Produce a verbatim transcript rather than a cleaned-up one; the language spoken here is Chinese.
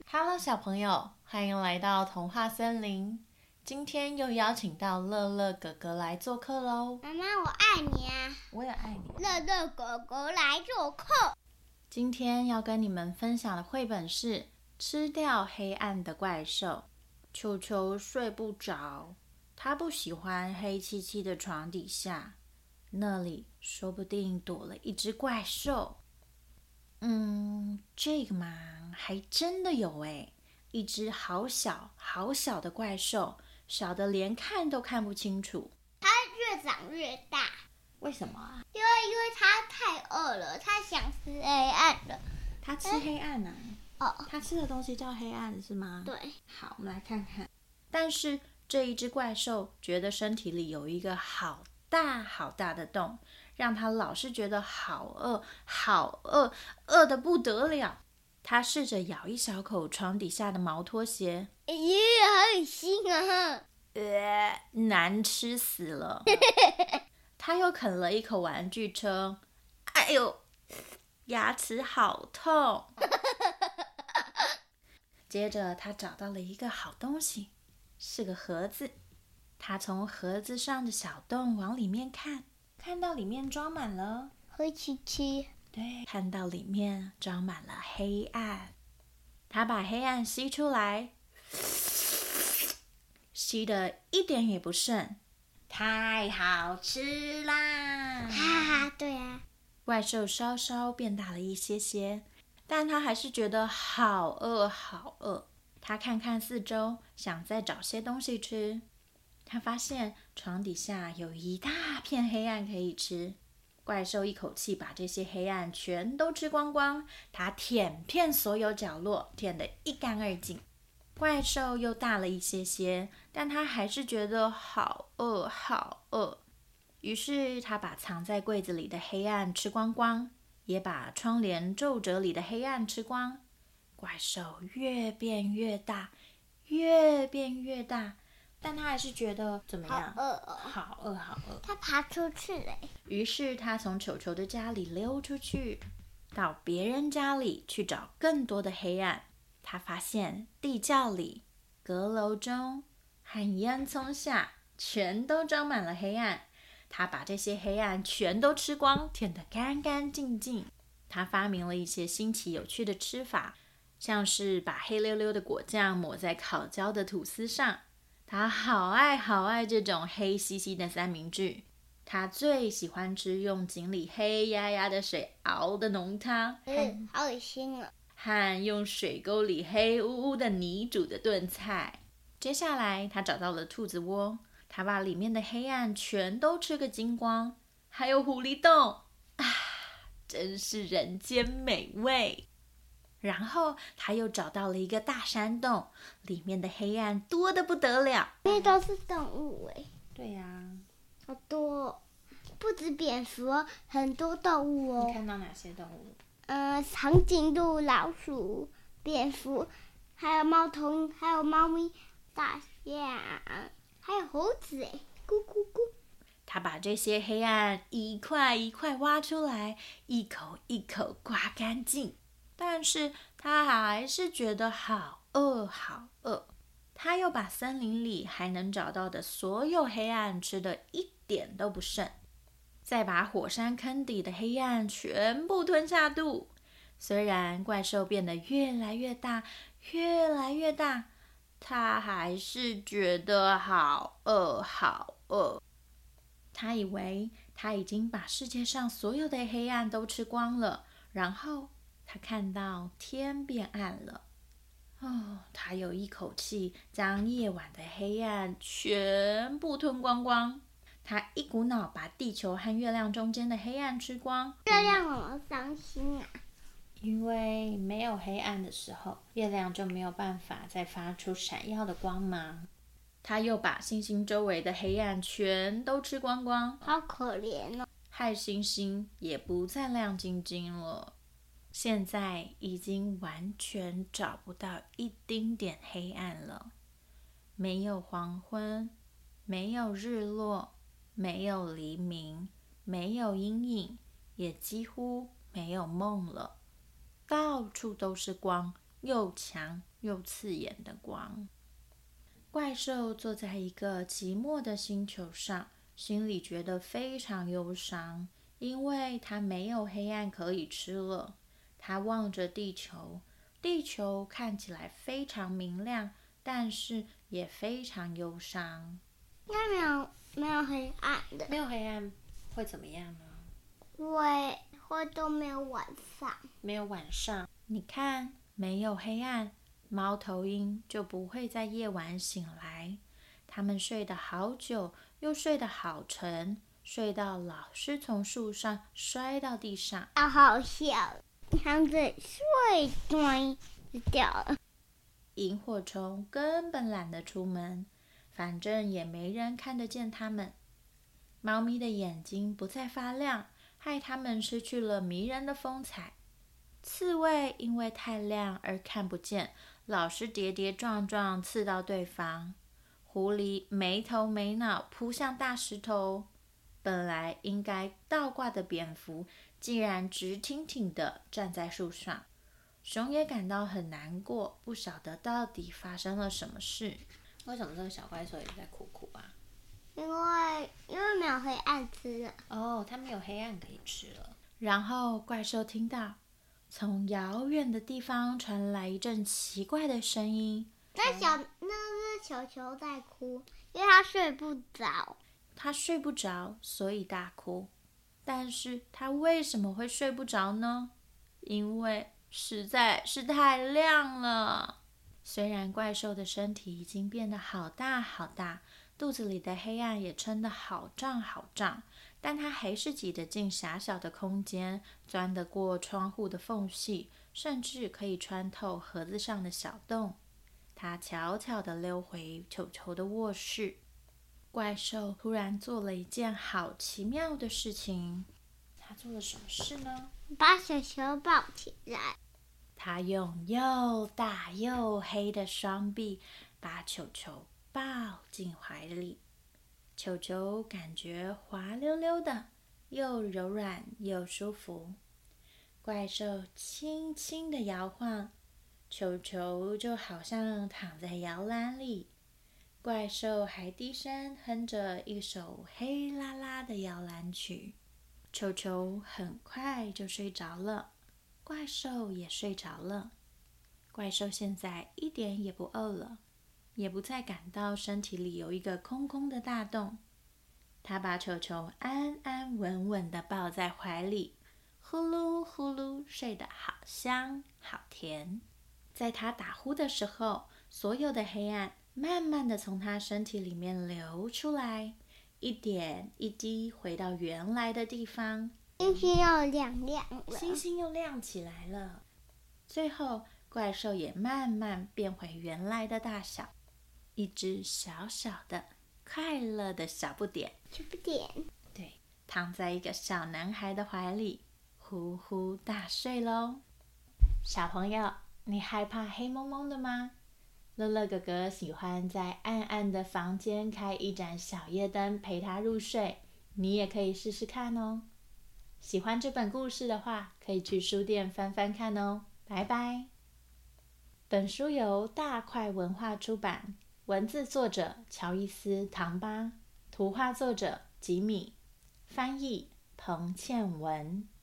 Hello， 小朋友，欢迎来到童话森林。今天又邀请到乐乐哥哥来做客喽。 妈妈，我爱你啊！ 我也爱你。 乐乐哥哥来做客。 今天要跟你们分享的绘本是《吃掉黑暗的怪兽》。球球睡不着，他不喜欢黑漆漆的床底下，那里说不定躲了一只怪兽。嗯，这个嘛，还真的有诶，一只好小好小的怪兽，小的连看都看不清楚。 它越长越大。 为什么啊？ 因为因为它太饿了，它想吃黑暗了。 它吃黑暗啊？ 哦， 它吃的东西叫黑暗是吗？ 对。 好，我们来看看。但是这一只怪兽觉得身体里有一个好大好大的洞，让它老是觉得好饿好饿，饿得不得了。它试着咬一小口床底下的毛拖鞋， 咦，好恶心啊！ 呃，难吃死了。他又啃了一口玩具车，哎呦，牙齿好痛。接着他找到了一个好东西，是个盒子。他从盒子上的小洞往里面看，看到里面装满了黑漆漆。 对，看到里面装满了黑暗。他把黑暗吸出来，吸得一点也不剩。太好吃啦！ 哈哈，对啊。 怪兽稍稍变大了一些些，但他还是觉得好饿好饿。他看看四周，想再找些东西吃。他发现床底下有一大片黑暗可以吃。怪兽一口气把这些黑暗全都吃光光，他舔遍所有角落，舔得一干二净。怪兽又大了一些些，但他还是觉得好饿好饿。于是他把藏在柜子里的黑暗吃光光，也把窗帘皱褶里的黑暗吃光。怪兽越变越大，越变越大，但他还是觉得怎么样？ 好饿哦！ 好饿好饿。 他爬出去了。 于是他从球球的家里溜出去，到别人家里去找更多的黑暗。他发现地窖里、阁楼中和烟囱下全都装满了黑暗。他把这些黑暗全都吃光，舔得干干净净。他发明了一些新奇有趣的吃法，像是把黑溜溜的果酱抹在烤焦的吐司上。他好爱好爱这种黑兮兮的三明治。他最喜欢吃用井里黑压压的水熬的浓汤， 嗯，好恶心啊！ 和用水沟里黑乌乌的泥煮的炖菜。接下来他找到了兔子窝，他把里面的黑暗全都吃个精光，还有狐狸洞啊，真是人间美味。然后他又找到了一个大山洞，里面的黑暗多得不得了。 那都是动物哎。 对呀、啊， 好多哦，不止蝙蝠哦，很多动物哦。 你看到哪些动物？ 呃，长颈鹿、老鼠、蝙蝠，还有猫头鹰，还有猫咪、大象，还有猴子哎，咕咕咕。 他把这些黑暗一块一块挖出来，一口一口刮干净。但是他还是觉得好饿好饿。他又把森林里还能找到的所有黑暗吃得一点都不剩，再把火山坑底的黑暗全部吞下肚。虽然怪兽变得越来越大越来越大，他还是觉得好饿好饿。他以为他已经把世界上所有的黑暗都吃光了，然后他看到天变暗了。哦，他有一口气将夜晚的黑暗全部吞光光。他一股脑把地球和月亮中间的黑暗吃光。 月亮怎么伤心啊？ 因为没有黑暗的时候，月亮就没有办法再发出闪耀的光芒。他又把星星周围的黑暗全都吃光光， 好可怜哦， 害星星也不再亮晶晶了。现在已经完全找不到一丁点黑暗了，没有黄昏，没有日落，没有黎明，没有阴影，也几乎没有梦了。到处都是光，又强又刺眼的光。怪兽坐在一个寂寞的星球上，心里觉得非常忧伤，因为它没有黑暗可以吃了。它望着地球，地球看起来非常明亮，但是也非常忧伤。 那没有没有黑暗的， 没有黑暗会怎么样呢？ 会会都没有晚上。 没有晚上，你看，没有黑暗，猫头鹰就不会在夜晚醒来。它们睡得好久，又睡得好沉，睡到老是从树上摔到地上。 啊，好笑，它们睡断掉了。 萤火虫根本懒得出门，反正也没人看得见它们。猫咪的眼睛不再发亮，害它们失去了迷人的风采。刺猬因为太亮而看不见，老是跌跌撞撞刺到对方。狐狸没头没脑扑向大石头，本来应该倒挂的蝙蝠竟然直挺挺地站在树上。熊也感到很难过，不晓得到底发生了什么事。为什么这个小怪兽也在哭哭啊？ 因为因为没有黑暗吃了。 哦，它没有黑暗可以吃了。然后怪兽听到从遥远的地方传来一阵奇怪的声音。 那小那是小球在哭，因为他睡不着。 他睡不着，所以大哭。但是他为什么会睡不着呢？因为实在是太亮了。虽然怪兽的身体已经变得好大好大，肚子里的黑暗也撑得好胀好胀，但它还是挤得进狭小的空间，钻得过窗户的缝隙，甚至可以穿透盒子上的小洞。它悄悄地溜回球球的卧室。怪兽突然做了一件好奇妙的事情。他做了什么事呢？ 把小球抱起来。 他用又大又黑的双臂把球球抱进怀里。球球感觉滑溜溜的，又柔软又舒服。怪兽轻轻地摇晃，球球就好像躺在摇篮里。怪兽还低声哼着一首黑啦啦的摇篮曲。球球很快就睡着了，怪兽也睡着了。怪兽现在一点也不饿了，也不再感到身体里有一个空空的大洞。他把球球安安稳稳地抱在怀里，呼噜呼噜睡得好香好甜。在他打呼的时候，所有的黑暗慢慢地从他身体里面流出来，一点一滴回到原来的地方。 星星又亮亮了， 星星又亮起来了。最后，怪兽也慢慢变回原来的大小，一只小小的、快乐的小不点。 小不点， 对，躺在一个小男孩的怀里，呼呼大睡喽。小朋友，你害怕黑蒙蒙的吗？乐乐哥哥喜欢在暗暗的房间开一盏小夜灯陪他入睡，你也可以试试看哦。喜欢这本故事的话，可以去书店翻翻看哦。拜拜。本书由大块文化出版，文字作者乔伊斯·唐巴，图画作者吉米，翻译彭倩文。